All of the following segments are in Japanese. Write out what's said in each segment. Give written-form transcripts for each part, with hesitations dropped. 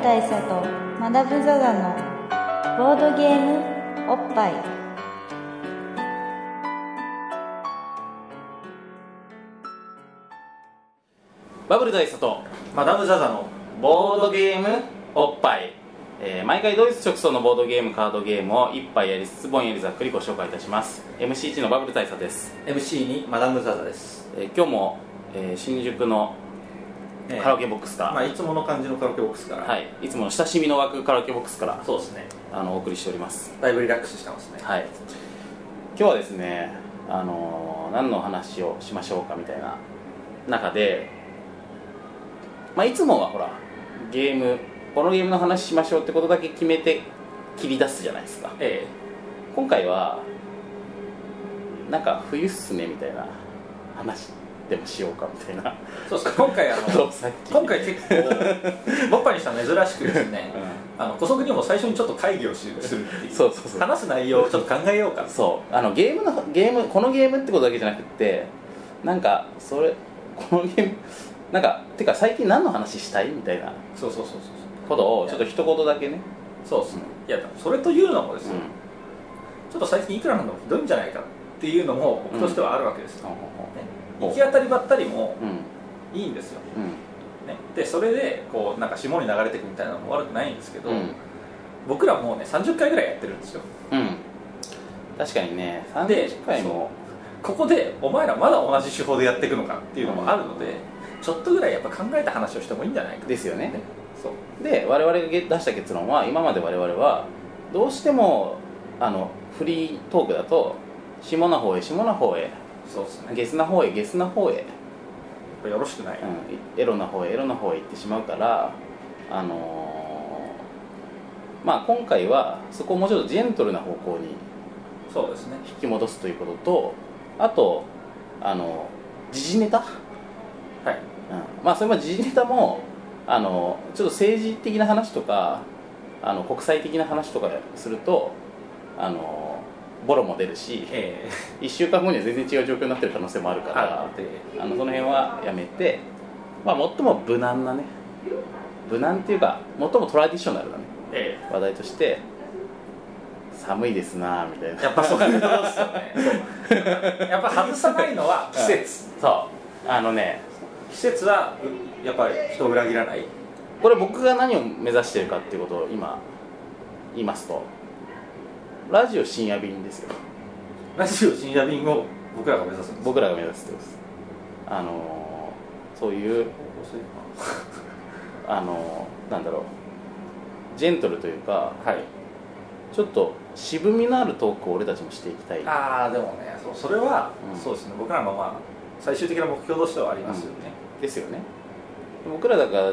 大佐とマダム・ザ・ザのボードゲームおっぱい。 バブル大佐とマダム・ザ・ザのボードゲームおっぱい、毎回ドイツ直送のボードゲームカードゲームを一杯やりつつぼんやりざっくりご紹介いたします。 MC1 のバブル大佐です。 MC にマダム・ザ・ザです。 今日も、新宿のカラオケボックスから、 いつもの感じのカラオケボックスから、 はい、いつもの親しみの湧くカラオケボックスからそうですね、 お送りしております。 だいぶリラックスしてますね。 はい、今日はですね、何の話をしましょうかみたいな中で、いつもはほらこのゲームの話しましょうってことだけ決めて切り出すじゃないですか。今回はなんか冬っすねみたいな話でもしようかみたいな。 そうですね、今回結構ボッパにしたら珍しくですね、古速にも最初にちょっと会議をするっていう、 そう話す内容をちょっと考えようか。 そうこのゲームってことだけじゃなくて、なんかこのゲームなんかてか最近何の話したいみたいなことをちょっと一言だけね。 そうですね、いやそれというのもですね、ちょっと最近いくらなんでもひどいんじゃないかっていうのも僕としてはあるわけですよ、行き当たりばったりもいいんですよ、でそれでこうなんか霜に流れていくみたいなのも悪くないんですけど、僕らもうね30回ぐらいやってるんですよ。 確かにね、30回もここでお前らまだ同じ手法でやっていくのかっていうのもあるので、ちょっとぐらいやっぱ考えた話をしてもいいんじゃないかですよね。 そうで我々が出した結論は、今まで我々はどうしてもフリートークだと下の方へ下の方へ、 そうですね、 ゲスな方へゲスな方へ、 よろしくない、 エロな方へエロな方へ行ってしまうから、今回はそこをもうちょっとジェントルな方向にそうですね、 引き戻すということと、あと時事ネタ、それも時事ネタもちょっと政治的な話とか国際的な話とかするとボロも出るし、1週間後には全然違う状況になってる可能性もあるから、その辺はやめて、最も無難なね、無難っていうか最もトラディショナルなね、話題として寒いですなみたいな。 やっぱそういうことですよね。やっぱ外さないのは季節。季節はやっぱり人を裏切らない。 これ僕が何を目指しているかっていうことを今言いますと、ラジオ深夜便ですよ。 ラジオ深夜便を僕らが目指すんです。 僕らが目指すってことです。そういうなんだろう、ジェントルというか、ちょっと渋みのあるトークを俺たちもしていきたい。 でもね、それは、そうですね、僕らの最終的な目標としてはありますよね。 ですよね。僕らだから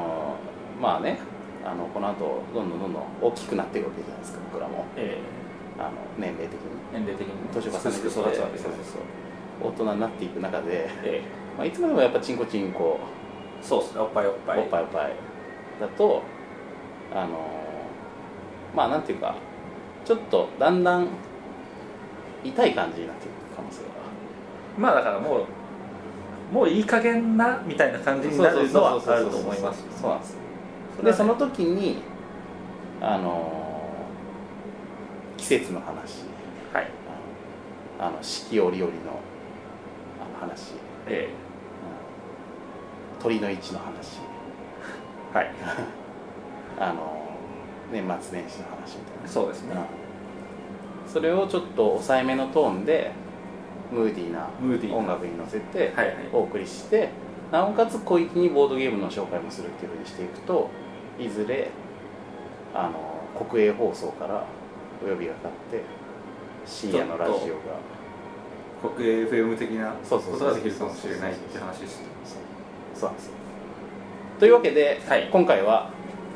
この後どんどん大きくなっていくわけじゃないですか、僕らも。年齢的に年を重ねて育つわけです。大人になっていく中で、いつまでもやっぱチンコチンコ、 そうですね、おっぱいだとなんていうか、ちょっとだんだん痛い感じになっていく可能性が、 だからもういい加減なみたいな感じになるのはあると思います。 そうなんです。でその時に季節の話、四季折々の話、鳥の位置の話、年末年始の話みたいな。 そうですね、 それをちょっと抑えめのトーンでムーディーな音楽に乗せてお送りして、なおかつ小粋にボードゲームの紹介もするっていうふうにしていくと、いずれ国営放送からお呼びがかかって深夜のラジオが国営 FM 的なことができるかもしれないって話です。 そうなんです。というわけで、今回は、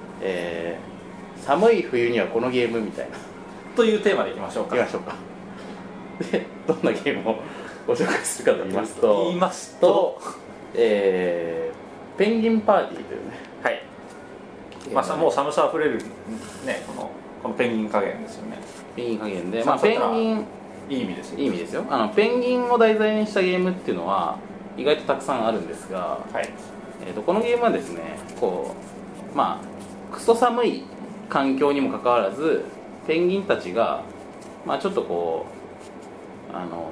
寒い冬にはこのゲームみたいなというテーマでいきましょうか。 でどんなゲームをご紹介するかと言いますと、ペンギンパーティーというね、 もう寒さあふれるね、このペンギン加減ですよね。 ペンギン加減で、ペンギンいい意味ですよ。 いい意味ですよ。ペンギンを題材にしたゲームっていうのは意外とたくさんあるんですが、このゲームはですね、 クソ寒い環境にもかかわらずペンギンたちが、まあ、ちょっとこう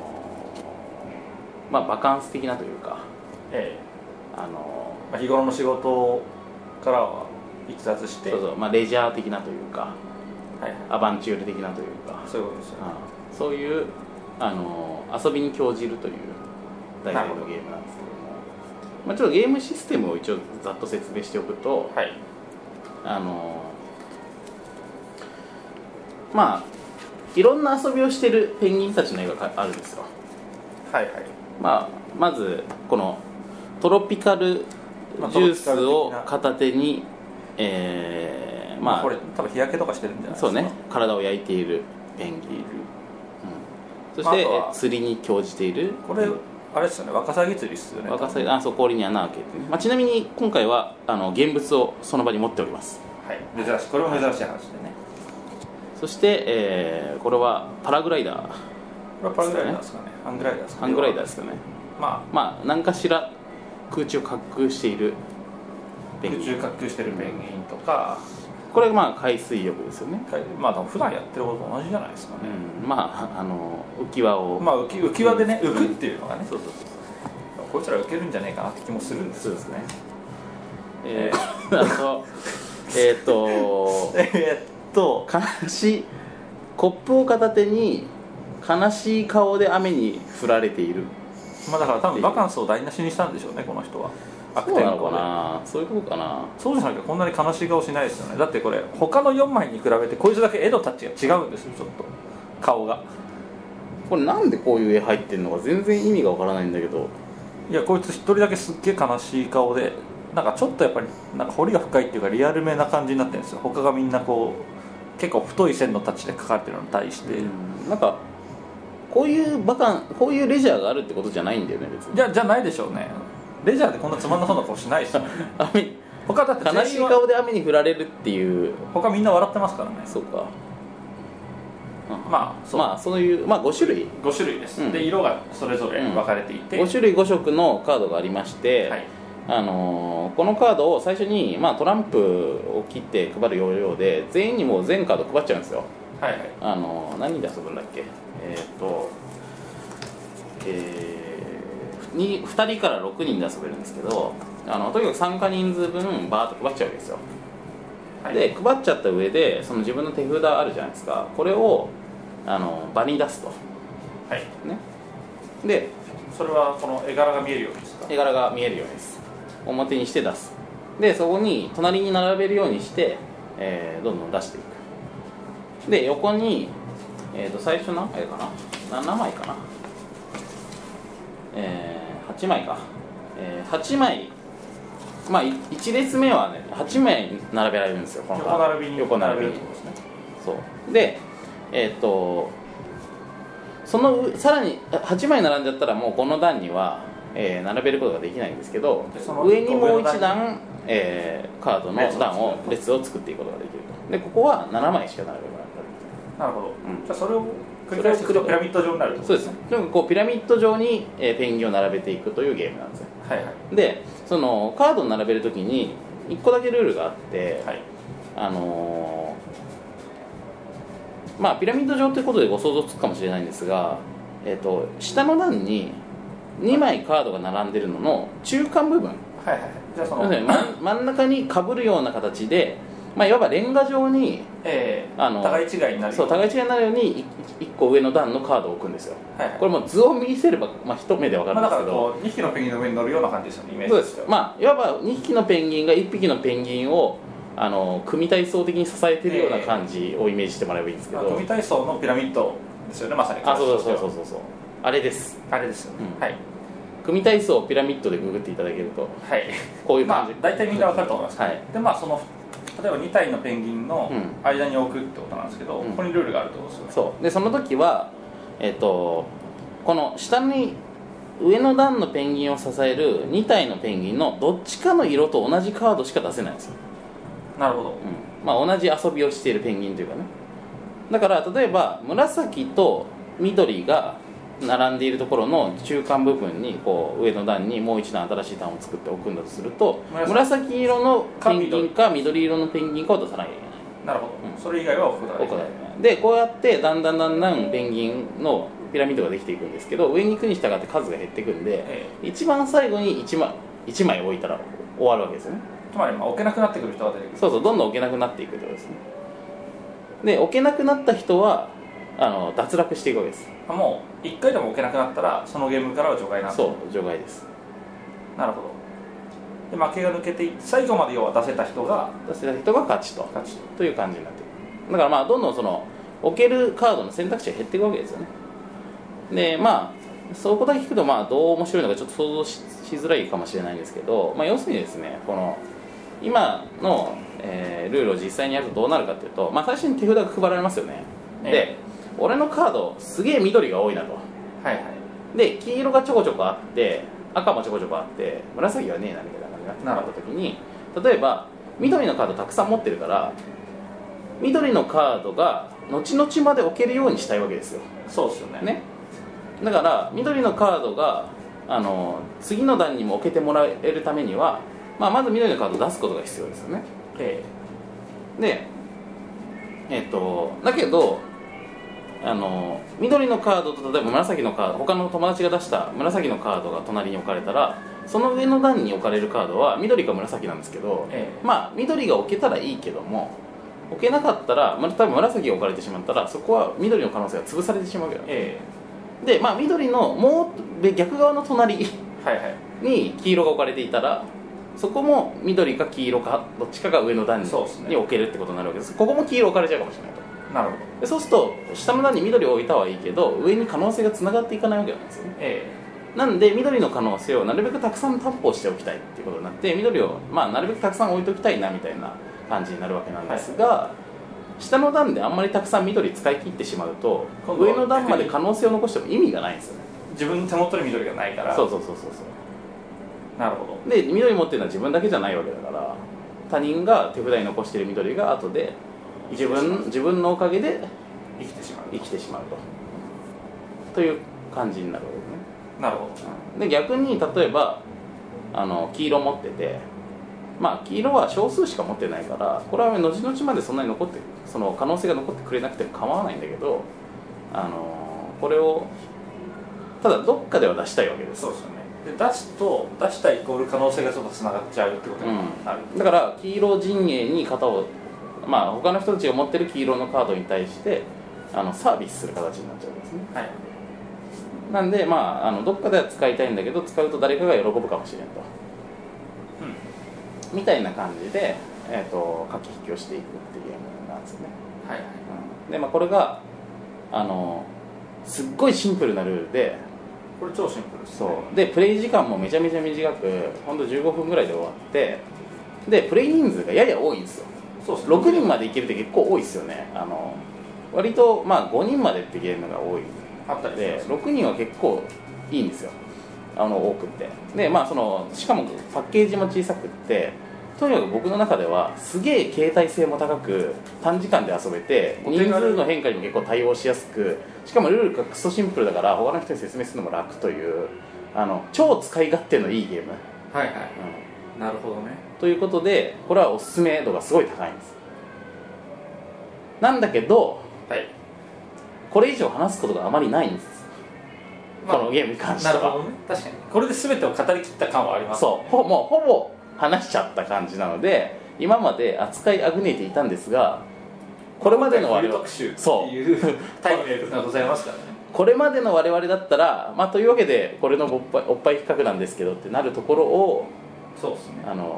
まあバカンス的なというか、 まあ、日頃の仕事からは逸脱して、 そうそう、まあ、レジャー的なというか、 はい、 アバンチュール的なというか、 そういうことですよね。 そういう遊びに興じるという題材のゲームなんですけども、まあ、ちょっとゲームシステムを一応ざっと説明しておくと、 はい、 まあいろんな遊びをしているペンギンたちの絵があるんですよ。 はいはい。 まあ、まずこのトロピカルジュースを片手に、まあこれ多分日焼けとかしてるんじゃないですか。 そうね、体を焼いているペンギン、そして、釣りに興じている、 これあれですよね、ワカサギ釣りですよね。 ワカサギ、そう、氷に穴開けて、まあ、ちなみに今回は現物をその場に持っております。 はい、珍しい、これも珍しい話でね。 そして、これはパラグライダー、 これはパラグライダーですかね、ハングライダーですかね。 ハングライダーですかね。まあ何かしら空中滑空しているペンギン、 空中滑空してるペンギンとか、 これがまあ海水浴ですよね。 まあ普段やってることと同じじゃないですかね。 まあ浮き輪を、 まあ浮き輪でね、浮くっていうのがね、そうこいつら浮けるんじゃねえかなって気もするんですよね。 悲しいコップを片手に悲しい顔で雨に降られている。 まあだから多分バカンスを台無しにしたんでしょうね、この人は。 そうなのかな、そういうことかな。 そうじゃなきゃこんなに悲しい顔しないですよね。だってこれ他の4枚に比べてこいつだけ絵のタッチが違うんですよ、ちょっと顔が。 これなんでこういう絵入ってるのか全然意味がわからないんだけど、 いやこいつ一人だけすっげえ悲しい顔で、なんかちょっとやっぱりなんか彫りが深いっていうかリアルめな感じになってるんですよ。他がみんなこう結構太い線のタッチで描かれてるのに対して、 なんかこういうレジャーがあるってことじゃないんだよね、別に。 じゃないでしょうね。レジャーでこんなつまんなそうな顔しないですよね。他だって悲しい顔で雨に降られるっていう、 他みんな笑ってますからね。 そうか。 まあそういう、まあ、5種類です、で色がそれぞれ分かれていて、 5種類5色のカードがありまして、 はい、 このカードを最初に、まあ、トランプを切って配る要領で全員にもう全カード配っちゃうんですよ。 はいはい、 何人で遊ぶんだっけ、2人から6人で遊べるんですけど、とにかく参加人数分バーッと配っちゃうわけですよ。はい、で配っちゃった上でその自分の手札あるじゃないですか、これを場に出すと。 はいね、でそれはこの絵柄が見えるようにですか？ 絵柄が見えるようにです。表にして出す。でそこに隣に並べるようにして、どんどん出していく。で横に、最初何枚かな、7枚かな、8枚か、8枚、まあ1列目はね8枚並べられるんですよ、この横並びに横並びにですね。 そうでそのさらに8枚並んじゃったらもうこの段には、並べることができないんですけど、上にもう1段、カードの段を列を作っていくことができると。でここは7枚しか並べられない。 なるほど、じゃあそれを繰り返していくとピラミッド状になると。 そうですね、とにかくこうピラミッド状に、ペンギンを並べていくというゲームなんですよ。 はいはい、 でそのカードを並べるときに1個だけルールがあって、 はい、 まあピラミッド状ということでご想像つくかもしれないんですが、下の段に2枚カードが並んでるのの中間部分、 はいはい、じゃあその真ん中に被るような形で、まあ、いわばレンガ状に、 互い違いになるように、 そう互い違いになるように1個上の段のカードを置くんですよ。 はいはい、 これも図を見せれば、まあ、一目で分かるんですけど、 だからこう2匹のペンギンの上に乗るような感じですよね、イメージ。 そうです、まあ、いわば2匹のペンギンが1匹のペンギンを組体操的に支えてるような感じをイメージしてもらえばいいんですけど、 組体操のピラミッドですよね、まさに。 そうあれですよね、 はい、 組体操ピラミッドでググっていただけると、 はい、 こういう感じ、 まあ、大体みんな分かると思います、 はい、 でまあその例えば2体のペンギンの間に置くってことなんですけど、ここにルールがあるってことですよね。 そうでその時は、この下に上の段のペンギンを支える2体のペンギンのどっちかの色と同じカードしか出せないんですよ。 なるほど、 まあ、同じ遊びをしているペンギンというかね。だから例えば紫と緑が、 並んでいるところの中間部分にこう上の段にもう一段新しい段を作っておくんだとすると、紫色のペンギンか緑色のペンギンかを出さなきゃいけない。 なるほど、それ以外は置くことができない。 でこうやってだんだんペンギンのピラミッドができていくんですけど、上に行くに従って数が減っていくんで、一番最後に1枚置いたら終わるわけですよね。 つまり置けなくなってくる人が出てくる。 そうそう、どんどん置けなくなっていくってことですね。で置けなくなった人は脱落していくわけです。 もう1回でも置けなくなったらそのゲームからは除外なんです。 そう、除外です。 なるほど。で負けが抜けていって最後まで要は出せた人が勝ちという感じになっている。だからまあどんどんその置けるカードの選択肢が減っていくわけですよね。でまあそこだけ聞くとまあどう面白いのかちょっと想像しづらいかもしれないんですけど、まあ、要するにですね、この今の、ルールを実際にやるとどうなるかというと、まあ、最初に手札が配られますよね。で俺のカードすげえ緑が多いなと。 はいはい。 で黄色がちょこちょこあって赤もちょこちょこあって紫はねえなみたいな感じになってった時に、例えば緑のカードたくさん持ってるから緑のカードが後々まで置けるようにしたいわけですよ。 そうですよね。 だから緑のカードが次の段にも置けてもらえるためには、まあ、まず緑のカードを出すことが必要ですよね。でだけど緑のカードと例えば紫のカード、他の友達が出した紫のカードが隣に置かれたらその上の段に置かれるカードは緑か紫なんですけど、まあ緑が置けたらいいけども置けなかったら、多分紫が置かれてしまったらそこは緑の可能性が潰されてしまうわけなんです、でまあ緑のもう逆側の隣に黄色が置かれていたらそこも緑か黄色かどっちかが上の段に置けるってことになるわけです。ここも黄色置かれちゃうかもしれないと。 なるほど。 でそうすると下の段に緑を置いたはいいけど上に可能性がつながっていかないわけなんですよね、なんで緑の可能性をなるべくたくさん担保しておきたいっていうことになって緑を、なるべくたくさん置いておきたいなみたいな感じになるわけなんですが、下の段であんまりたくさん緑使い切ってしまうと上の段まで可能性を残しても意味がないんですよね。 自分の手元に緑がないから。 そうなるほど。 で緑持ってるのは自分だけじゃないわけだから他人が手札に残してる緑が後で自分のおかげで生きてしまうという感じになるわけですね。 なるほど。 で逆に例えば黄色持ってて、黄色は少数しか持ってないからこれは後々までそんなにその可能性が残ってくれなくても構わないんだけどこれをただどっかでは出したいわけです。 そうですよね。で出したイコール可能性がちょっとつながっちゃうってことになる、 だから黄色陣営に型を他の人たちが持ってる黄色のカードに対してサービスする形になっちゃうんですね、なんでどっかでは使いたいんだけど使うと誰かが喜ぶかもしれんと、みたいな感じで、駆け引きをしていくっていうゲームなんですよね。でこれがすっごいシンプルなルールでこれ超シンプルですね。 そうでプレイ時間もめちゃめちゃ短くほんと15分ぐらいで終わってでプレイ人数がやや多いんですよ。 そうですね。 6人までいけるって結構多いですよね。割と5人までってゲームが多いで6人は結構いいんですよ。多くってでしかもパッケージも小さくってとにかく僕の中ではすげえ携帯性も高く短時間で遊べて人数の変化にも結構対応しやすくしかもルールがクソシンプルだから他の人に説明するのも楽という超使い勝手のいいゲーム。 なるほどね。 ということでこれはおすすめ度がすごい高いんです。なんだけど、これ以上話すことがあまりないんです、このゲームに関しては。 なるほどね。確かにこれで全てを語り切った感はありますね。 そうもうほぼ話しちゃった感じなので今まで扱いあぐねていたんですがこれまでの我々 特集っていうタイトルがございますからね。 これまでの我々だったらというわけでこれのおっぱい比較なんですけどってなるところをそうですね。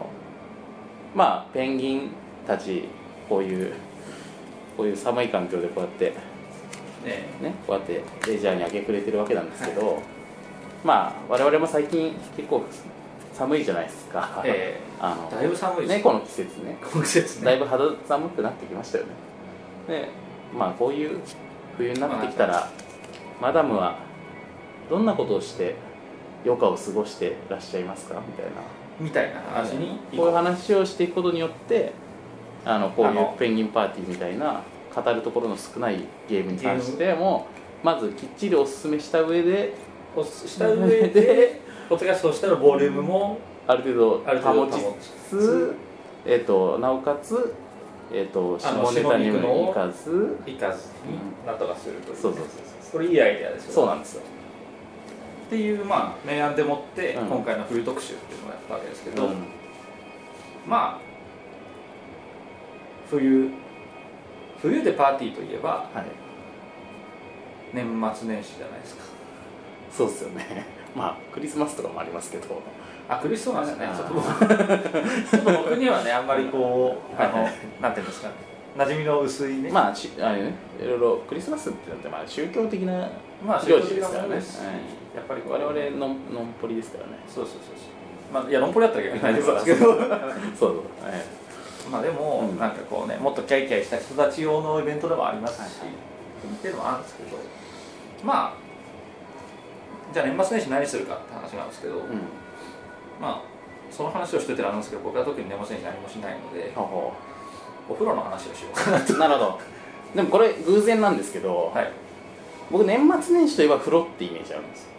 ペンギンたちこういう寒い環境でこうやってこうやってレジャーに明け暮れてるわけなんですけど、我々も最近結構寒いじゃないですか。 だいぶ寒いですね、この季節ね。 この季節ね。 だいぶ肌寒くなってきましたよね。で、こういう冬になってきたら、マダムはどんなことをして余暇を過ごしてらっしゃいますかみたいな話に、 こういう話をしていくことによってこういうペンギンパーティーみたいな語るところの少ないゲームに関してもまずきっちりおすすめした上でポッドキャストをしたらボリュームもある程度保ちつつ、なおかつ、下ネタにもいかずになんとかするという、 そうこれいいアイデアですよね。 そうなんですよっていう明暗でもって今回の冬特集っていうのをやったわけですけど、まあ冬でパーティーといえば、 はい、 年末年始じゃないですか。 そうですよねクリスマスとかもありますけど、 クリスマスね、ちょっと僕にはねあんまりこうなんていうんですかね、馴染みの薄いね、 いろいろクリスマスってなって宗教的な行事ですからね。やっぱり我々のんぽりですからね。 そういやのんぽりだったら逆にないですけどでも、なんかこうね、もっとキャイキャイした人たち用のイベントでもありますし、っていうのもあるんですけど、じゃあ年末年始何するかって話なんですけど、その話をしててあるんですけど、僕は特に年末年始何もしないので、お風呂の話をしようかなと。 なるほど。でもこれ偶然なんですけど、僕年末年始といえば風呂ってイメージあるんですよ。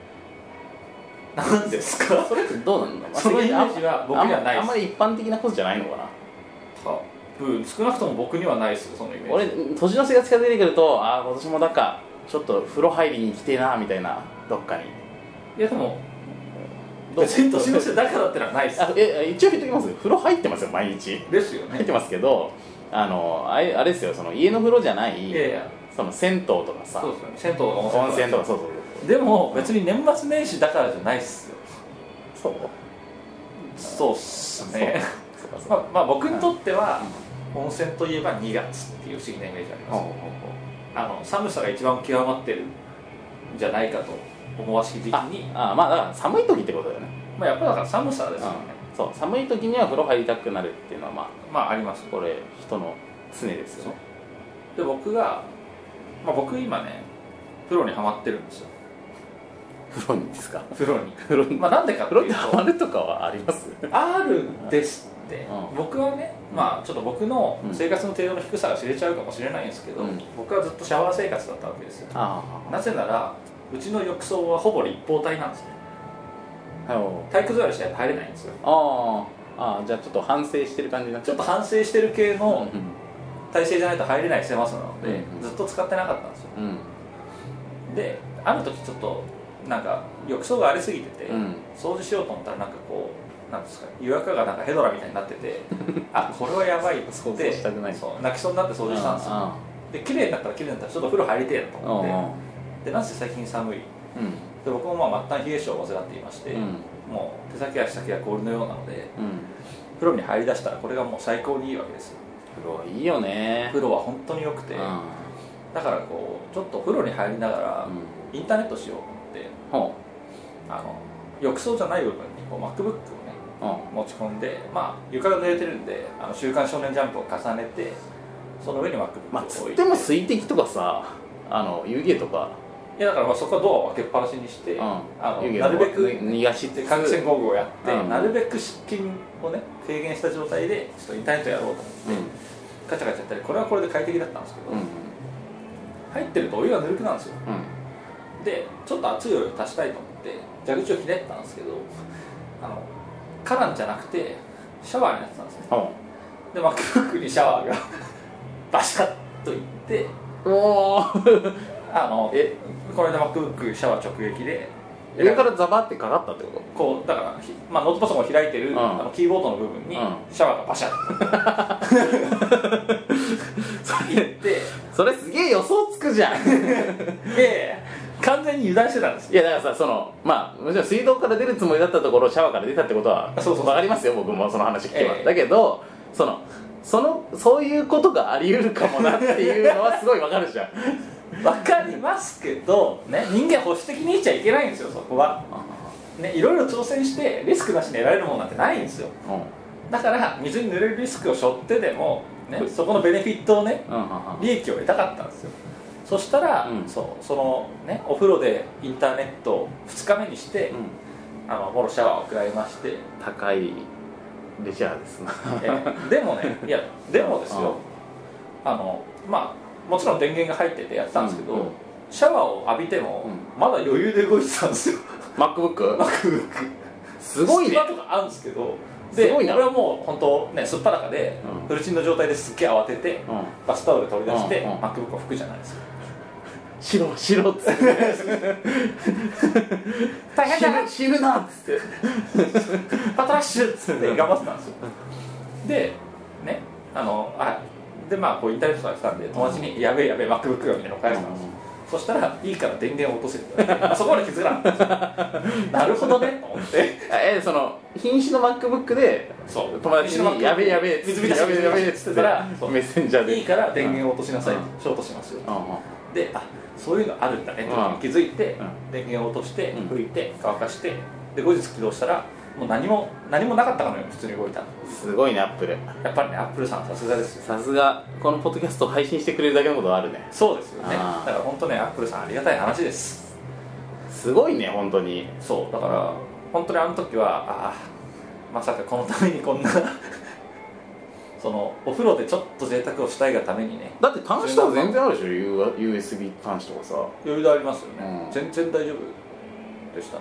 なんですか？ それってどうなんだろう。 そのイメージは僕にはないです。 あんまり一般的なことじゃないのかな。 少なくとも僕にはないです、そのイメージ。 俺年の瀬が近づいてくると、今年もちょっと風呂入りに来てえなみたいな、どっかに。 いやでも別に年の瀬だからってのはないです。 一応言っときます。風呂入ってますよ、毎日ですよね。 入ってますけど、あれですよ、その家の風呂じゃない、その銭湯とかさ、 そうですよね、銭湯とか温泉とか、そうでも別に年末年始だからじゃないっすよ。そうっすね。僕にとっては温泉といえば2月っていう不思議なイメージあります。寒さが一番極まってるんじゃないかと思わしき時期に、 だから寒い時ってことだよね。 やっぱだから寒さですよね。 そう、寒い時には風呂入りたくなるっていうのはあります。 これ人の常ですよね。 で僕今ね風呂にはまってるんですよ。 風呂にですか？ 風呂になんでかっていうと、 風呂にはまるとかはあります？ あるんですって。僕はね、ちょっと僕の生活の程度の低さが知れちゃうかもしれないんですけど、僕はずっとシャワー生活だったわけですよ。なぜならうちの浴槽はほぼ立方体なんですね。体育座りしないと入れないんですよ。 じゃあちょっと反省してる感じになっちゃう。 ちょっと反省してる系の体勢じゃないと入れない狭さなので、ずっと使ってなかったんですよ。である時ちょっとなんか浴槽が荒れすぎてて、掃除しようと思ったらなんですか、湯垢がヘドラみたいになっててこれはやばいっつって泣きそうになって掃除したんですよ。で綺麗になったらちょっと風呂入りてえなと思って、でなんせ最近寒い、で僕も末端冷え性を患っていまして、もう手先足先が氷のようなので、風呂に入りだしたらこれがもう最高にいいわけですよ。 風呂はいいよね。 風呂は本当に良くて、だからちょっと風呂に入りながらインターネットしようと思って、浴槽じゃない部分にMacBook をね持ち込んで、床が濡れてるんで週刊少年ジャンプを重ねて、その上に MacBook を置いて、 つっても水滴とかさ、湯気とか、 いやだからそこはドアを開けっぱなしにして、なるべく逃がしって換気扇工具をやって、なるべく湿気をね軽減した状態でちょっとインターネットやろうと思って、ガチャガチャやったり、これはこれで快適だったんですけど、入ってるとお湯がぬるくなるんですよ。でちょっと熱いお湯を足したいと思って蛇口をひねったんですけど、カランじゃなくてシャワーになってたんですね。で MacBook にシャワーがバシャッといって、これで MacBook シャワー直撃で上からザバってかかったってこと？ だからノートパソコンを開いてるキーボードの部分にシャワーがバシャッといってそれすげえ予想つくじゃん。 完全に油断してたんです。 いやだからさ、もちろん水道から出るつもりだったところシャワーから出たってことは分かりますよ、僕もその話聞けば。だけどそういうことがあり得るかもなっていうのはすごい分かるじゃん。 分かりますけどね、人間保守的に言っちゃいけないんですよ、そこは。いろいろ挑戦してリスクなしに得られるものなんてないんですよ。だから水に濡れるリスクを背負ってでも、そこのベネフィットをね、利益を得たかったんですよ。そしたら、お風呂でインターネットを2日目にして、もろシャワーを食らいまして。 高いレジャーですな。 でもね、いやでもですよ、もちろん電源が入っててやったんですけど、 シャワーを浴びても、まだ余裕で動いてたんですよ。 MacBook？ MacBook すごいね。 隙間とかあるんですけど、で俺はもう本当ね、すっぱだかで、フルチンの状態ですっげえ慌てて、バスタオル取り出して、MacBook を拭くじゃないですか。 白っつって大変だ死ぬなっつってパトラッシュっつって頑張ってたんですよ。でね、でまあこうインターネットとかしたんで、友達にやべえ MacBook がみたいなのを返したんですよ。そしたらいいから電源を落とせって言われて、そこまで気づかなかったんですよ。なるほどねと思ってその瀕死の MacBook で友達にやべえ水浸しやべえっつってたら、 メッセンジャーでいいから電源を落としなさい、ショートしますよ。で、そういうのあるんだねって気づいて、電源を落として拭いて乾かして、で後日起動したらもう何もなかったかのように普通に動いた。 すごいね、アップル。 やっぱりね、アップルさんさすがですよ。 さすが、このポッドキャストを配信してくれるだけのことはあるね。 そうですよね。だから本当ね、アップルさんありがたい話です。 すごいね、本当に。 そうだから本当にあの時はまさかこのためにこんなそのお風呂でちょっと贅沢をしたいがためにね。 だって端子とか全然あるでしょ、USB 端子とかさ。 余裕でありますよね、全然大丈夫でしたね。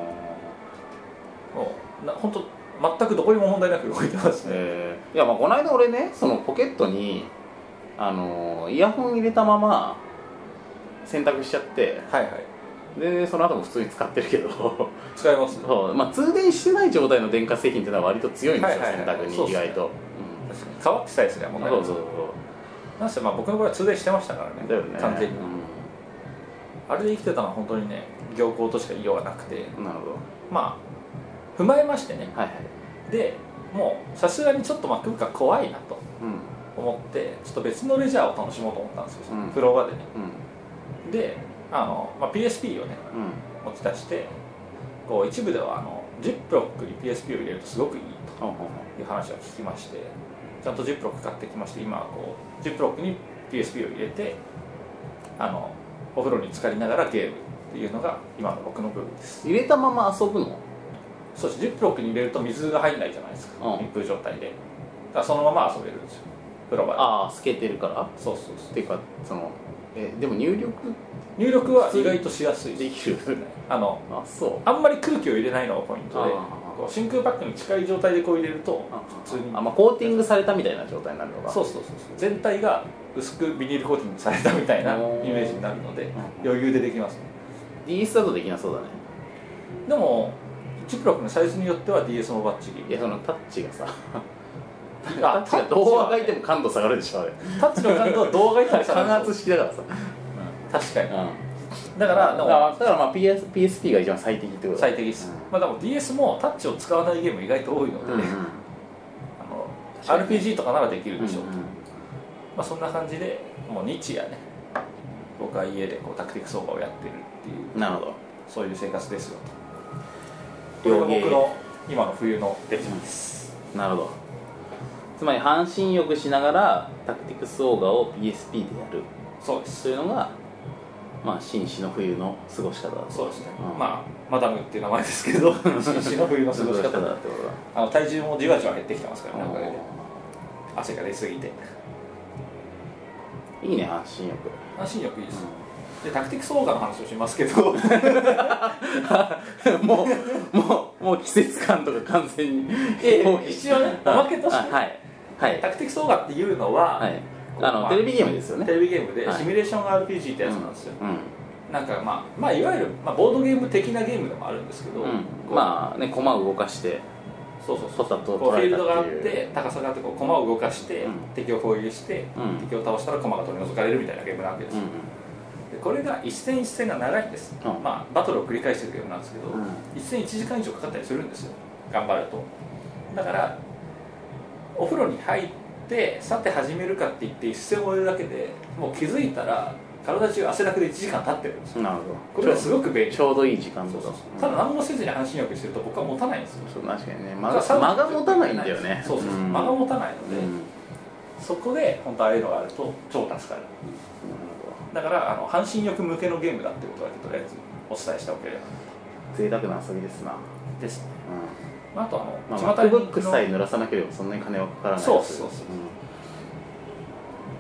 もう本当全くどこにも問題なく動いてますね。 いや、まあこの間俺ね、そのポケットにイヤホン入れたまま洗濯しちゃって、でその後も普通に使ってるけど使います、ね。 まあ通電してない状態の電化製品っていうのは割と強いんですよ、洗濯に意外と。 乾ってさえすりゃ問題ない。そうなんせ僕の場合は通電してましたからね。 だよね、 完全に、あれで生きてたのは本当にね、行幸としか言いようがなくて。 なるほど。 まあ踏まえましてね、でもうさすがにちょっとMacBookが怖いなと思って、ちょっと別のレジャーを楽しもうと思ったんですよ、風呂場でね。でPSP をね、持ち出して、こう一部ではジップロックに PSP を入れるとすごくいいという話を聞きまして、ちゃんとジップロック買ってきまして、今はこうジップロックに PSP を入れてお風呂に浸かりながらゲームっていうのが今の僕の部分です。 入れたまま遊ぶの？ そうです。ジップロックに入れると水が入んないじゃないですか、密封状態で。だからそのまま遊べるんですよ、風呂場で。 透けてるから。そうっていうか、でも入力は意外としやすいできる。 あんまり空気を入れないのがポイントで、真空パックに近い状態でこう入れると普通にコーティングされたみたいな状態になるのが。 そう全体が薄くビニールコーティングされたみたいなイメージになるので、余裕でできますね。 DS だとできなそうだね。 でもジップロックのサイズによっては DS もバッチリ。 いや、そのタッチがさタッチが動画がいても感度下がるでしょ、あれ。 タッチの感度は動画いたら感圧式だからさ。 確かに、だから PSP が一番最適ってことだ。 最適です、でも DS もタッチを使わないゲーム意外と多いので、RPG とかならできるでしょうと、そんな感じでもう日夜ね、僕は家でこうタクティクスオーバーをやってるっていう、 なるほど、 そういう生活ですよと。これが僕の今の冬のデジです。 なるほど。つまり半身浴しながらタクティクスオーガを PSP でやる。 そうです。 というのが紳士の冬の過ごし方だと。 そうですね、マダムっていう名前ですけど紳士の冬の過ごし方だってことだ。体重もじわじわ減ってきてますからね、おかげで。汗が出すぎていいね、半身浴。 半身浴いいです、でタクティクスオーガの話をしますけどもう季節感とか完全に一応ね、おまけとして、タクティクスオーガっていうのは、 テレビゲームですよね。 テレビゲームでシミュレーション RPG ってやつなんですよ。なんかいわゆるボードゲーム的なゲームでもあるんですけど、 駒を動かしてフィールドがあって高さがあって、駒を動かして敵を攻撃して敵を倒したら駒が取り除かれるみたいなゲームなわけですよ。でこれが一戦一戦が長いんです。バトルを繰り返してるゲームなんですけど、一戦1時間以上かかったりするんですよ、頑張ると。だからお風呂に入ってさて始めるかって言って一戦を終えるだけでもう気づいたら体中汗だくで1時間経ってるんですよ。 なるほど。 これがすごく便利。 ちょうどいい時間だ。 ただ何もせずに半身浴してると僕は持たないんですよ。 確かにね、間が持たないんだよね。 間が持たないので、そこで本当ああいうのがあると超助かる。だから半身浴向けのゲームだってことだけとりあえずお伝えしておければ。 贅沢な遊びですな。 ですね。あと MacBook さえ濡らさなければそんなに金はかからない。そう。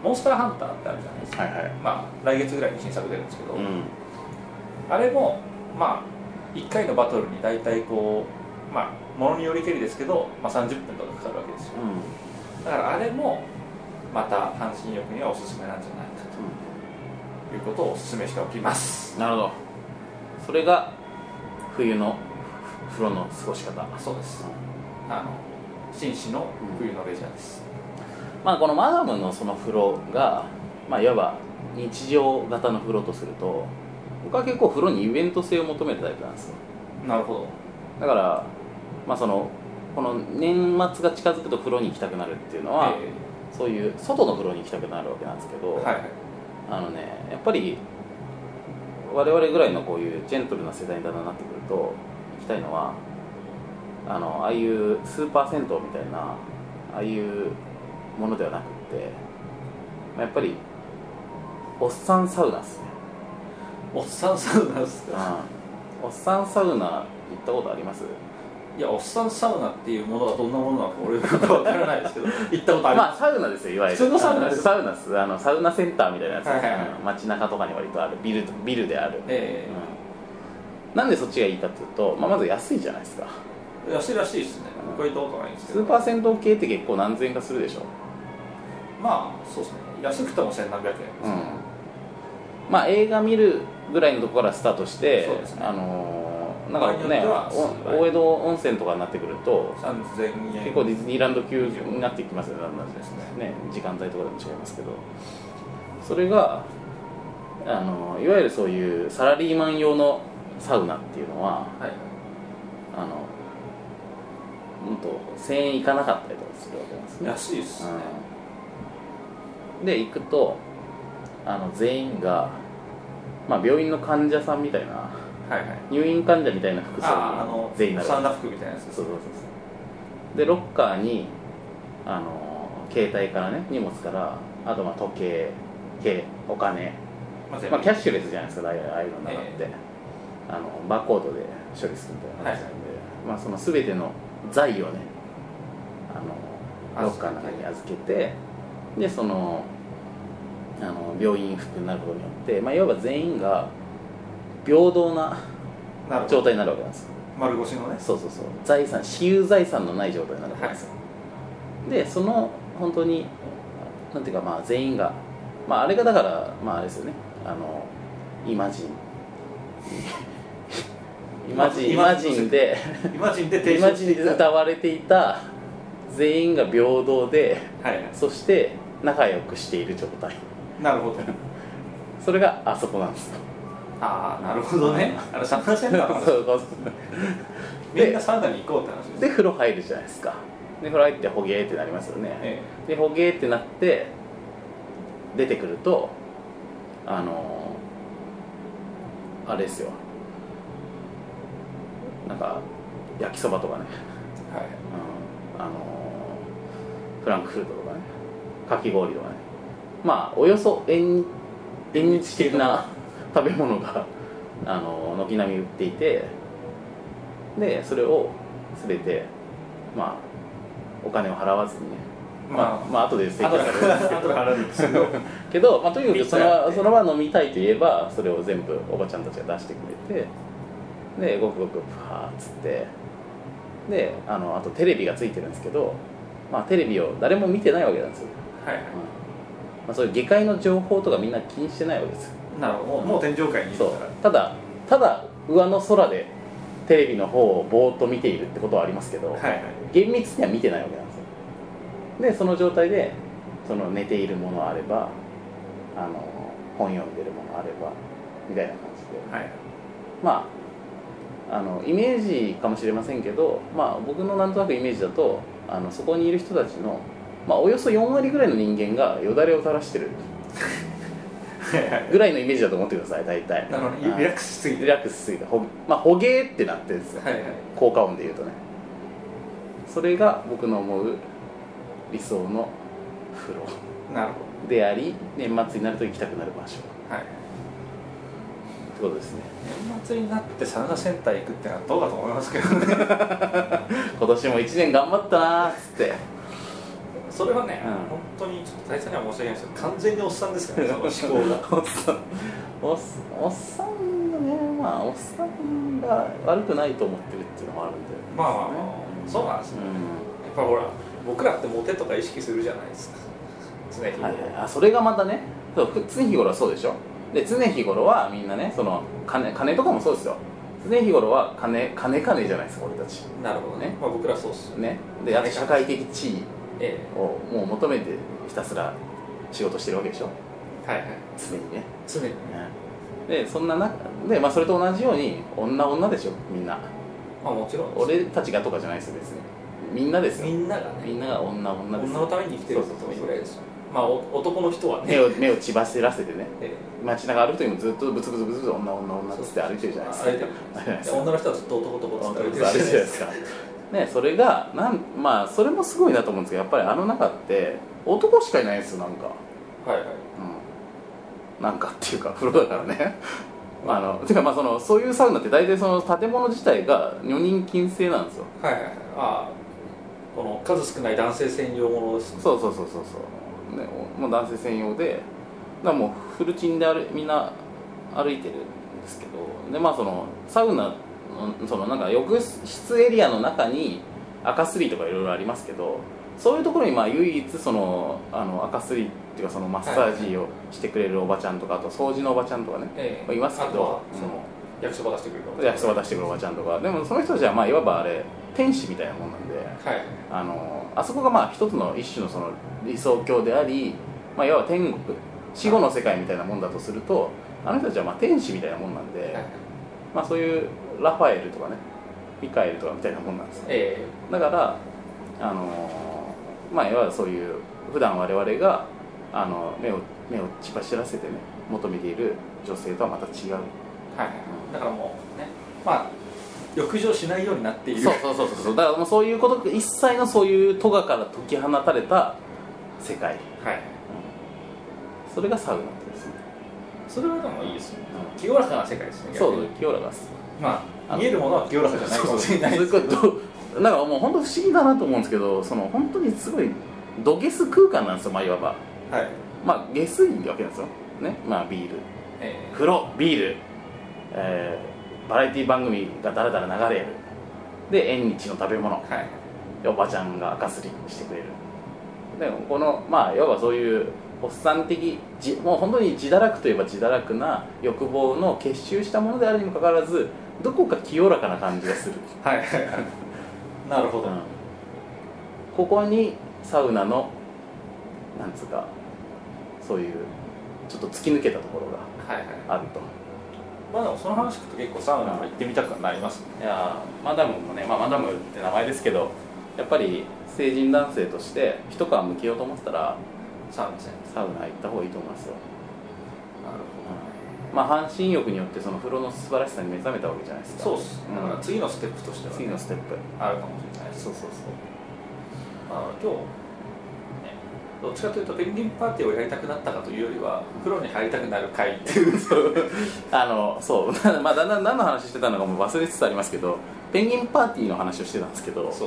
モンスターハンターってあるじゃないですか、 はいはい、 まあ来月ぐらいに新作出るんですけど、 うん、 あれもまあ1回のバトルに大体こうまあものによりけりですけど、まあ、30分とかかかるわけですよ、だからあれもまた半身浴にはおすすめなんじゃないかということをおすすめしておきます。 なるほど。それが冬の風呂の過ごし方。 そうです、紳士の冬のレジャーです、 まあこのマダムのその風呂が、まあ、いわば日常型の風呂とすると、僕は結構風呂にイベント性を求めるタイプなんですよ。 なるほど。 だから、まあ、この年末が近づくと風呂に行きたくなるっていうのは、そういう外の風呂に行きたくなるわけなんですけど、 はい、 やっぱり我々ぐらいのこういうジェントルな世代にだんだんなってくると行きたいのはああいうスーパー銭湯みたいなああいうものではなくって、やっぱりおっさんサウナですね。 おっさんサウナですか。 おっさんサウナ行ったことあります？ いや、おっさんサウナっていうものがどんなものなのか俺よくわからないですけど行ったことあります。 まあサウナですよ、いわゆる普通のサウナです。 サウナです。サウナセンターみたいなやつ、 はいはいはい、 街中とかに割とあるビルである、なんでそっちがいいかというと、まず安いじゃないですか。 安いらしいですね。僕は行ったことないんですけど、 スーパー銭湯系って結構何千円かするでしょ。 まあそうですね、安くても千何百円ですね、 まあ映画見るぐらいのところからスタートして、 そうですね、 なんかね、大江戸温泉とかになってくると 3000円、 結構ディズニーランド級になってきますよね、だんだんですね、時間帯とかでも違いますけど、それがいわゆるそういうサラリーマン用のサウナっていうのは、 はい、 もっと1000円いかなかったりとかするわけなんですね。 安いですね、 で行くと全員が、まあ、病院の患者さんみたいな、 はいはい、 入院患者みたいな服装に全員なる。 サウナ服みたいなやつです。 そうでロッカーに携帯からね、荷物から、あとまあ時計、お金、まあ、キャッシュレスじゃないですか、ああいうの中って、バーコードで処理するみたいな話なんで、まあ、その全ての財をねロッカーの中に預けて、でその病院服になることによって、まあ、いわば全員が平等な状態になるわけなんですよ。 丸腰のね。 そう財産、私有財産のない状態になるわけですよ、でその本当になんていうか、まあ全員が、まあ、あれがだからまああれですよね、イマジンで歌われていた全員が平等で、そして仲良くしている状態。 なるほどそれがあそこなんですよ。 ああ、なるほどね。サウナセンターの話そうみんなサウナに行こうって話です。 で風呂入るじゃないですか。で風呂入ってほげーってなりますよね、でほげーってなって出てくるとあれですよ、なんか焼きそばとかね、フランクフルトとかね、かき氷とかね、まあおよそ縁日的な食べ物が軒並み売っていて、でそれを全てまあお金を払わずにね、まあ後で請求されるんですけどまあとにかくその場飲みたいといえばそれを全部おばちゃんたちが出してくれて、でごくごくパーッつって、であとテレビがついてるんですけど、まあテレビを誰も見てないわけなんですよ。まあ、そういう下界の情報とかみんな気にしてないわけですよ。 なるほど、もう天上界にいるから。 ただ上の空でテレビの方をぼーっと見ているってことはありますけど、厳密には見てないわけなんですよ。でその状態で寝ているものあれば本読んでるものあればみたいな感じで、まあイメージかもしれませんけど、まあ、僕のなんとなくイメージだとそこにいる人たちの、まあ、およそ4割ぐらいの人間がよだれを垂らしてるぐらいのイメージだと思ってください、大体。 なのにリラックスしすぎて、 まあほげーってなってるんですよ、効果音で言うとね。それが僕の思う理想の風呂であり、年末になると行きたくなる場所、ってことですね。 年末になってサウナセンター行くってのはどうかと思いますけどね今年も1年頑張ったなーっつって、 それはね、本当にちょっと大佐には申し訳ないですけど、完全におっさんですからね、その思考がおっさんがね、まあおっさんが悪くないと思ってるっていうのもあるんで、 まあそうなんですね、やっぱほら僕らってモテとか意識するじゃないですか、常日頃、 あ、それがまたね、そう常日頃はそうでしょ。で常日頃はみんなね、その金とかもそうですよ。常日頃は金じゃないですか、俺たち。 なるほどね、まあ、僕らそうっすよね。で社会的地位をもう求めてひたすら仕事してるわけでしょ。 はいはい、 常にね。 常にね。 でそんな中で、まあ、それと同じように女でしょ、みんな。 まあもちろん俺たちがとかじゃないですよ、別に。みんなですよ。 みんながね、 みんなが女です。 女のために生きてることもぐらいですよ。まあ男の人はね、 目を血走らせてね、街中歩く時もずっとブツブツ女っつって歩いてるじゃないですか。 女の人はずっと男って歩いてるじゃないですか。 ね、それがまあそれもすごいなと思うんですけど、やっぱりあの中って男しかいないんですよ、なんか。 はいはい。 なんかっていうか風呂だからね。てかまあそういうサウナって大体その建物自体が女人禁制なんですよ。 はいはいはい。ああ、この数少ない男性専用ものですね。 そうね、もう男性専用で、だからもうフルチンでみんな歩いてるんですけど、でまあそのサウナのなんか浴室エリアの中に赤すりとかいろいろありますけど、そういうところにまあ唯一赤すりっていうか、そのマッサージをしてくれるおばちゃんとか、あと掃除のおばちゃんとかね、いますけど、 焼きそば出してくれるおばちゃんとか、でもその人たちはまあいわばあれ天使みたいなもんなんで、あそこがまあ一つの一種のその理想郷であり、まあ、いわば天国、死後の世界みたいなもんだとすると、あの人たちはまあ天使みたいなもんなんで、まあ、そういうラファエルとかね、ミカエルとかみたいなもんなんですよ、だからまあいわゆるそういう普段我々が目を血走らせてね求めている女性とはまた違う、 だからもうね、まあ浴場しないようになっている。 そうだからもうそういうこと一切のそういう咎から解き放たれた世界、それがサウナってですね。 それはでもいいですね、清らかな世界ですね。 そう清らかです。 まあ見えるものは清らかじゃないかもしれないですけど、 なんかもう本当不思議だなと思うんですけど、本当にすごいドゲス空間なんですよ、まあいわば。まあ下水ってわけなんですよね。まあビール、風呂、ビール、バラエティ番組がだらだら流れる、で縁日の食べ物、おばちゃんが赤すりしてくれる。でもこのまあいわばそういうおっさん的もう本当に自堕落といえば自堕落な欲望の結集したものであるにもかかわらず、どこか清らかな感じがする。 なるほど、 ここにサウナのなんつうかそういうちょっと突き抜けたところがあると。 まあでもその話聞くと結構サウナ行ってみたくなりますね。 いやマダムもね、まあ、マダムって名前ですけど、やっぱり成人男性として一皮むけようと思ったらサウナ行った方がいいと思いますよ。 なるほど、 まあ半身浴によってその風呂の素晴らしさに目覚めたわけじゃないですか。 そうっす、だから次のステップとしては、 次のステップあるかもしれないです。今日どっちかというとペンギンパーティーをやりたくなったかというよりは風呂に入りたくなる会っていうそうまあだんだん何の話してたのかも忘れつつありますけど、ペンギンパーティーの話をしてたんですけど、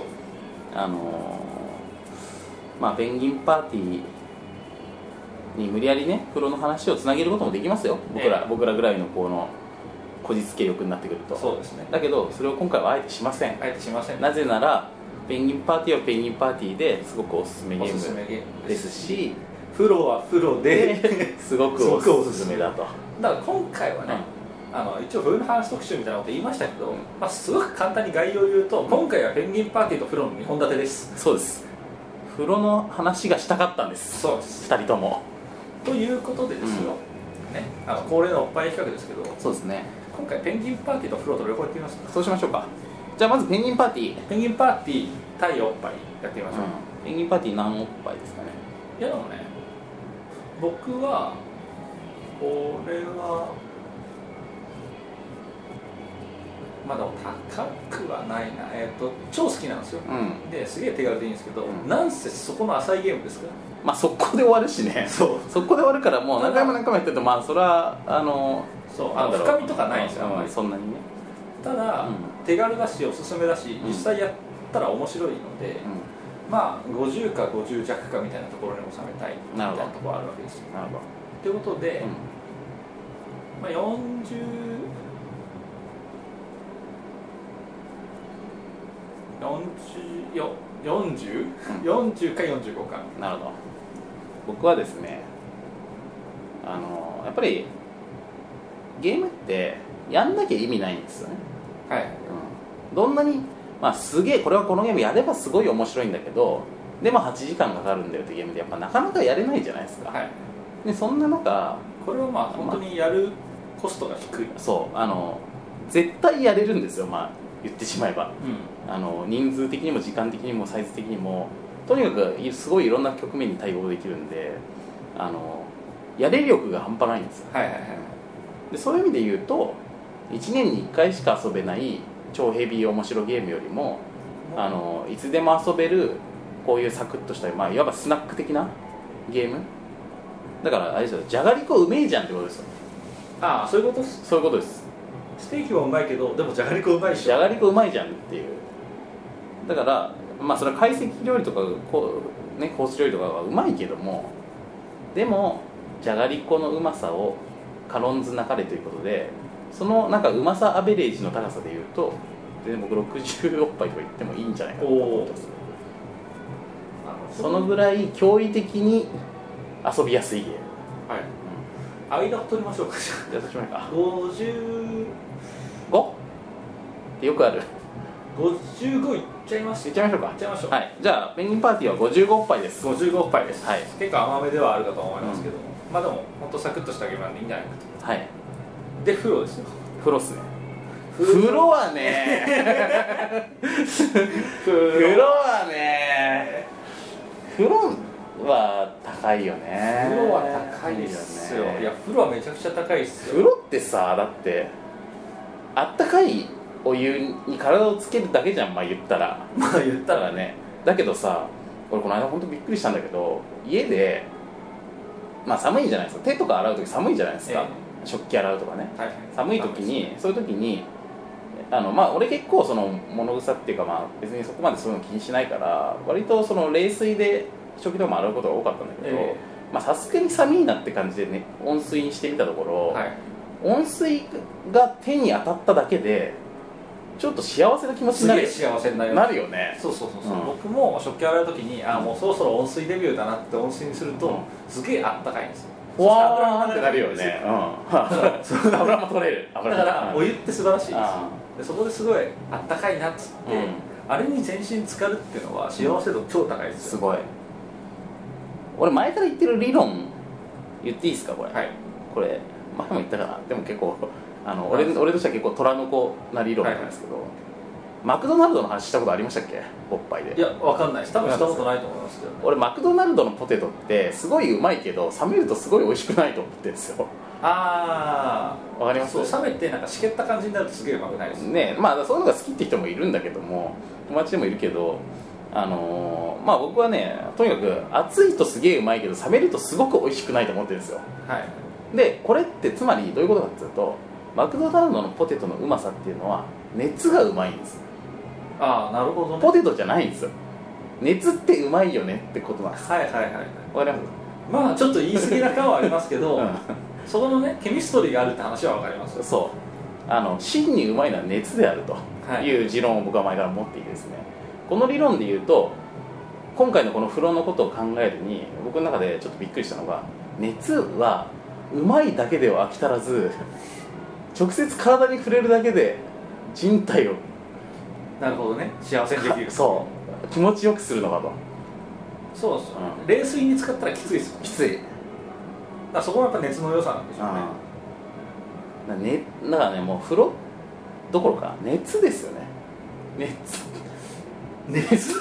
まあペンギンパーティーに無理やりね風呂の話をつなげることもできますよ、僕らぐらいのこのこじつけ力になってくると。 そうですね。 だけどそれを今回はあえてしません。なぜならペンギンパーティーはペンギンパーティーですごくおすすめゲームですし、 風呂は風呂ですごくおすすめだと。 だから今回はね、一応風呂の話特集みたいなこと言いましたけど、まあ、すごく簡単に概要を言うと、今回はペンギンパーティーと風呂の2本立てです。 そうです。風呂の話がしたかったんです。 そうです。 2人ともということでですよ、恒例のおっぱい企画ですけど、 そうですね、 今回ペンギンパーティーと風呂と両方やってみますか。 そうしましょうか。じゃあまずペンギンパーティー対おっぱいやってみましょう。 ペンギンパーティー何おっぱいですかね。 いやでもね、僕はこれはまだ高くはないな、超好きなんですよ、ですげえ手軽でいいんですけど、なんせそこの浅いゲームですから、 まあ速攻で終わるしね。そこで終わるから、もう何回もやってると、まあそれは深みとかないんですよ、 そんなにね。 ただ、手軽だしおすすめだし、実際やったら面白いので、 まあ50か50弱かみたいなところに収めたいみたいなところあるわけですよ。 なるほど。 ということで、まあ、40か45か。 なるほど。僕はですね、やっぱりゲームってやんなきゃ意味ないんですよね。 はい、 どんなに、まあ、すげえこのゲームやればすごい面白いんだけど、でも8時間かかるんだよってゲームでやっぱなかなかやれないじゃないですか。 はい、 でそんな中これはまあ本当にやるコストが低い。 そう絶対やれるんですよ、まあ言ってしまえば、人数的にも時間的にもサイズ的にもとにかくすごいいろんな局面に対応できるんで、やれ力が半端ないんですよ。 はいはいはい。 でそういう意味で言うと1年に1回しか遊べない超ヘビー面白ゲームよりもいつでも遊べるこういうサクッとした、まあ、いわばスナック的なゲームだからあれですよ、じゃがりこうめえじゃんってことですよ。 ああ、そういうことです。 そういうことです。 ステーキもうまいけどでもじゃがりこうまいしょ。 じゃがりこうまいじゃんっていう。だからまあそれは懐石料理とかコース料理とかはうまいけども、でもじゃがりこのうまさを軽んずなかれということで、そのなんかうまさアベレージの高さでいうと全然僕60おっぱいとか言ってもいいんじゃないかなと思ってます。そのぐらい驚異的に遊びやすいゲーム。 はい、間を取りましょうか。 じゃあそっちもいいか。 55？ ってよくある。 55いっちゃいます。 いっちゃいましょうか。 いっちゃいましょう。 はい、じゃあペンギンパーティーは55おっぱいです。 55おっぱいです。 はい、 結構甘めではあるかと思いますけど、まあでも本当サクッとしたゲームなんでいいんじゃないかと。 はい。 で風呂ですよ。 風呂っすね。風呂はね風呂はね風呂は高いよね。 風呂は高いですよ。いや風呂はめちゃくちゃ高いですよ。 風呂ってさ、だってあったかいお湯に体をつけるだけじゃん、まあ言ったらね。だけどさ、俺この間本当びっくりしたんだけど、家でまあ寒いじゃないですか、手とか洗う時寒いじゃないですか、食器洗うとかね、寒い時に、そういう時にまあ俺結構その物臭っていうか、まあ別にそこまでそういうの気にしないから割とその冷水で食器とかも洗うことが多かったんだけど、まあさすがに寒いなって感じでね、温水にしてみたところ、温水が手に当たっただけでちょっと幸せな気持ちになる。 すげえ幸せになるよね。 そう、僕も食器洗う時にもうそろそろ温水デビューだなって温水にすると、すげえあったかいんですよ。 わーってなるよね。油も取れる。 だからお湯って素晴らしいですよ。でそこですごいあったかいなっつって、あれに全身浸かるっていうのは幸せ度超高いですよ。 すごい。俺前から言ってる理論言っていいですか、これ。 はい。 これ前も言ったかな。でも結構俺としては結構虎の子な理論なんですけど、マクドナルドの話したことありましたっけ、おっぱいで。 いや、わかんないです。多分したことないと思いますけど、 俺マクドナルドのポテトってすごいうまいけど冷めるとすごい美味しくないと思ってるんですよ。 ああ、 わかります。 そう、冷めてなんかしけった感じになるとすげえうまくないですね。まあそういうのが好きって人もいるんだけども、友達でもいるけど、まあ僕はね、とにかく熱いとすげえうまいけど冷めるとすごく美味しくないと思ってるんですよ。 はい。 でこれってつまりどういうことかっていうと、マクドナルドのポテトのうまさっていうのは熱がうまいんです。 ああ、なるほどね。 ポテトじゃないんですよ。熱ってうまいよねってことなんです。 はい。わかります。まあちょっと言い過ぎな感はありますけど、そこのねケミストリーがあるって話はわかります。 そう、真にうまいのは熱であるという持論を僕は前から持っていてですね、この理論でいうと今回のこの風呂のことを考えるに僕の中でちょっとびっくりしたのが、熱はうまいだけでは飽き足らず直接体に触れるだけで人体を、 なるほどね、幸せにできる。 そう気持ちよくするのかと。 そうですよ、冷水に使ったらきついですもん。 きつい。 だそこはやっぱ熱の良さなんでしょうね。 だからね、もう風呂どころか熱ですよね。熱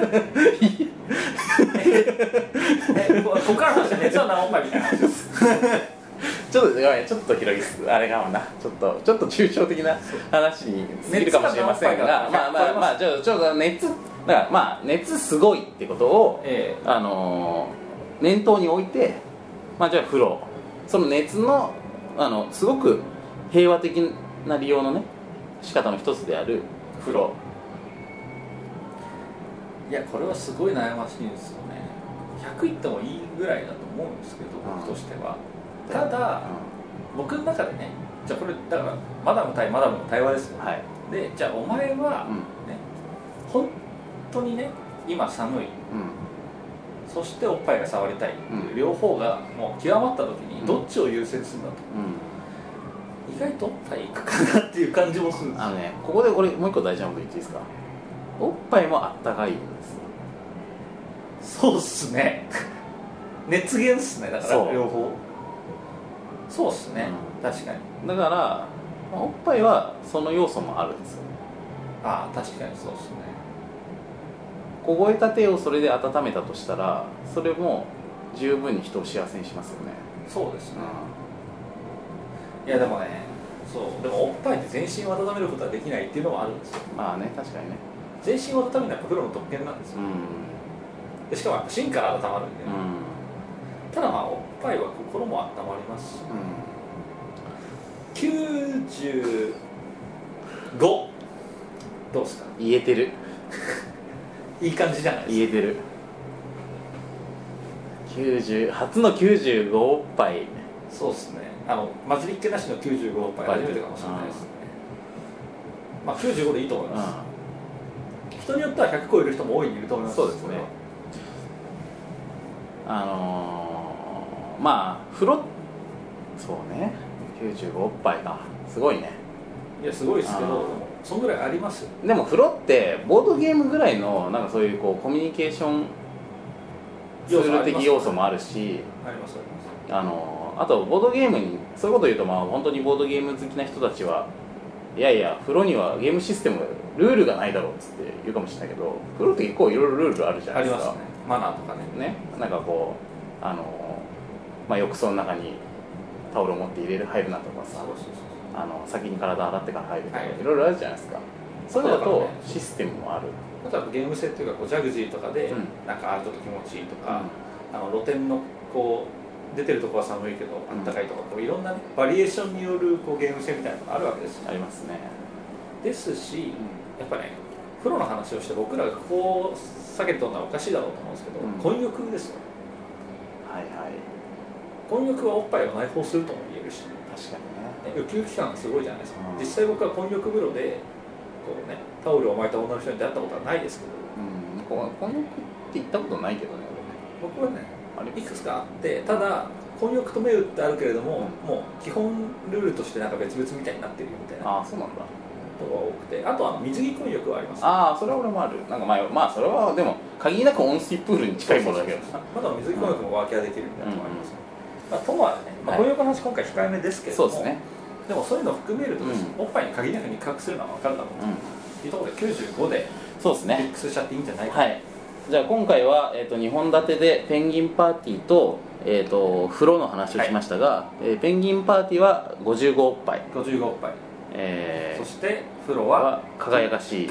ここから話した熱は何おっぱいみたいな話ですちょっと広いあれかもな、ちょっと抽象的な話に過ぎるかもしれませんが、まあちょっと熱だから、まあ熱すごいってことを、念頭に置いて、まあじゃあ風呂、その熱のすごく平和的な利用のね仕方の一つである風呂いやこれはすごい悩ましいんですよね。100いってもいいぐらいだと思うんですけど、僕としては。ただ、僕の中でね、じゃあこれだからマダム対マダムの対話ですよ、はい、でじゃあお前は、ね、本当にね今寒い、そしておっぱいが触りたいっていう両方がもう極まった時にどっちを優先するんだと、意外とおっぱいいくかなっていう感じもするんです。 ここで俺もう一個大事なこと言っていいですか。おっぱいもあったかいんです。 そうっすね熱源っすね。だから両方そうっすね、確かに。 だからおっぱいはその要素もあるんですよ。 ああ確かにそうっすね。 凍えた手をそれで温めたとしたらそれも十分に人を幸せにしますよね。 そうですね、いやでもね、そうでもおっぱいって全身を温めることはできないっていうのもあるんですよ。まあね、確かにね。全身を温めるのはプロの特権なんですよ、でしかもやっぱ芯から温まるんで、ただまあおっぱいは心も温まりますし、95どうですか。 言えてるいい感じじゃないですか。 言えてる。初の95おっぱい。 そうですね。混じりっ気なしの95おっぱい初めてかもしれないですね。まあ95でいいと思います。人によっては100超える人も大いにいると思います。 そうですね。まあ風呂、そうね、95おっぱいか、すごいね。 いやすごいですけど、そんぐらいありますよ。 でも風呂ってボードゲームぐらいのなんかそういうコミュニケーションツール的要素もあるし、 あります。 あとボードゲームにそういうこと言うと、まあ本当にボードゲーム好きな人たちはいやいや風呂にはゲームシステムルールがないだろうっつって言うかもしれないけど、風呂って結構いろいろルールあるじゃないですか。 ありますね。マナーとかね。 なんかまあ、浴槽の中にタオルを持って入るなとかさ、先に体洗ってから入るとか、いろいろあるじゃないですか。そういうのだとシステムもある。 あとはゲーム性っていうかジャグジーとかで、なんかちょっと気持ちいいとか、露天の出てるところは寒いけどあったかいとか、いろんな、ね、バリエーションによるゲーム性みたいなのがあるわけですよ。 ありますね。 ですし、やっぱねプロの話をして僕らがこう下げてるのはおかしいだろうと思うんですけど、混浴ですよ。はいはい。混浴はおっぱいを内包するとも言えるし、確かにね。ウキウキ感がすごいじゃないですか。実際僕は混浴風呂でタオルを巻いた女の人に出会ったことはないですけど、 混浴って行ったことないけどね。 僕はねいくつかあって、ただ混浴と目打ってあるけれども、もう基本ルールとしてなんか別々みたいになってるよみたいな。 ああそうなんだ。 が多くて、あとは水着混浴はあります、ね。 ああそれは俺もある。なんかまあそれはでも限りなく温水プールに近いものだけど、 まだ水着混浴もワーキャーできるみたいなのもあります、ね。ともあれね、混浴の話今回控えめですけれども、そうですね。でもそういうのを含めると、おっぱいに限りなく肉薄するのは分かるだろうというところで95でそうですね。 フィックスしちゃっていいんじゃないか。 はい。じゃあ今回は2本立てでペンギンパーティーと風呂の話をしましたが、ペンギンパーティーは55おっぱい。 55おっぱい。そして風呂は輝かしい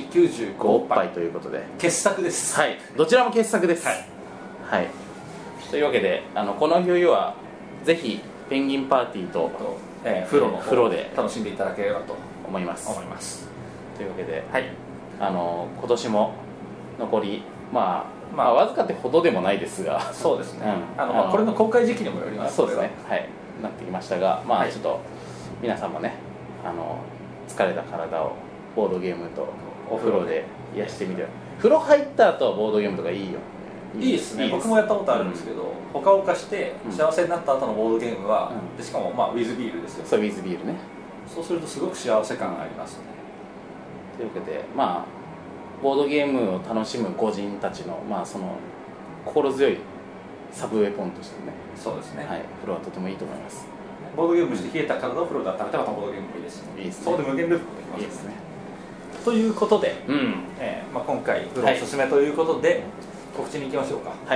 95 おっぱいということで傑作です。 はい、どちらも傑作です。はい、はい、というわけでこの冬はぜひペンギンパーティーと風呂で楽しんでいただければと思います。というわけで、 はい、 今年も残りまあわずかってほどでもないですが、 そうですね、これの公開時期にもよります。 そうですね、はい、なってきましたが、まあちょっと皆さんもね疲れた体をボードゲームとお風呂で癒してみて。風呂入った後はボードゲームとかいいよ。 いいですね。僕もやったことあるんですけど、ほかほかして幸せになった後のボードゲームは、でしかもウィズビールですよ。 そう、ウィズビールね。 そうするとすごく幸せ感がありますね。 というわけでボードゲームを楽しむ個人たちのその心強いサブウェポンとしてね。 そうですね。 はい、風呂はとてもいいと思います。 ボードゲームして冷えた体を風呂で温めたらボードゲームもいいですし、いいですね。そこで無限ループもできます。いいですね。ということで、今回風呂おすすめということで、告知に行きましょうか。はい。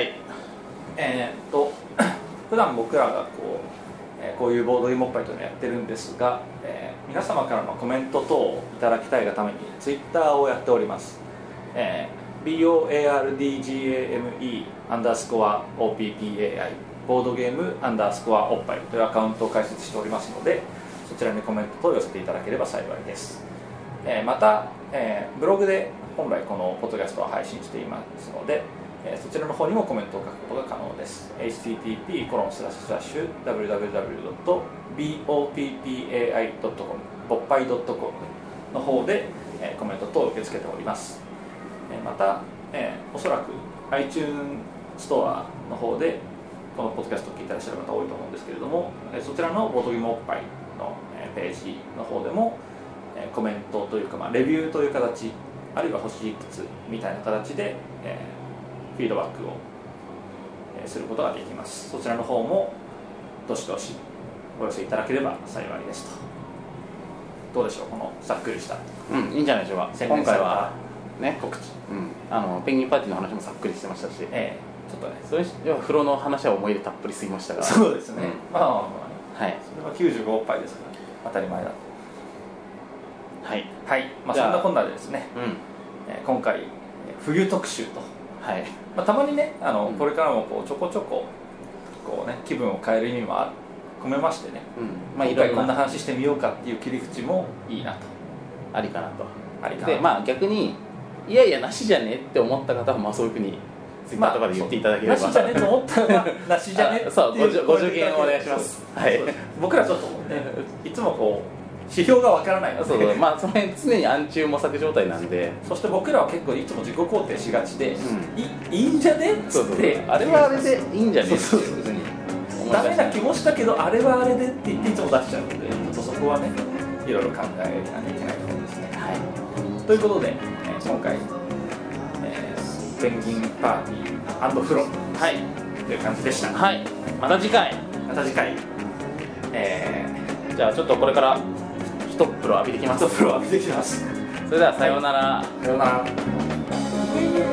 普段僕らがこういうボードゲームおっぱいというのをやってるんですが、皆様からのコメント等をいただきたいがためにツイッターをやっております。BOARDGAME_OPPAI ボードゲーム_おっぱいというアカウントを開設しておりますので、そちらにコメント等を寄せていただければ幸いです。 また、ブログで本来このポッドキャストは配信していますので、そちらの方にもコメントを書くことが可能です。http://www.boppai.com ぼっぱい .com の方で、コメント等を受け付けております。また、おそらく iTunes ストアの方でこのポッドキャストを聞いていらっしゃる方多いと思うんですけれども、そちらのボードゲームおっぱいのページの方でもコメントというか、レビューという形、あるいは星いくつみたいな形でフィードバックをすることができます。そちらの方もどしどしお寄せいただければ幸いですと。どうでしょう、このざっくりした、 いいんじゃないでしょうか。今回はね、 告知、 ペンギンパーティーの話もさっくりしてましたし、ちょっとね、それは風呂の話は思い出たっぷりすぎましたが、 そうですね、はい、それは95おっぱいですから当たり前だと。はい、そんなこんなでですね、今回冬特集と、たまにねこれからもこうちょこちょここう、ね、気分を変える意味も込めましてね、今回こんな話してみようかっていう切り口もいいなと、 ありかなと。で逆にいやいやなしじゃねって思った方はそういうふうにツイッターとかで言っていただければ、 なしじゃねと思ったらなしじゃねっていうご助言をお願いします。 僕らちょっとねいつもこう指標がわからないので、 その辺常に暗中模索状態なんで、 そして僕らは結構いつも自己肯定しがちで、いいんじゃねっつって、 あれはあれでいいんじゃねって別にダメな気もしたけどあれはあれでって言っていつも出しちゃうので、ちょっとそこはねいろいろ考えなきゃいけないところですね。ということで、今回、ペンギンパーティー&風呂という感じでした。 また次回、じゃあちょっとこれから一風呂浴びてきます。 それではさようなら。 さようなら。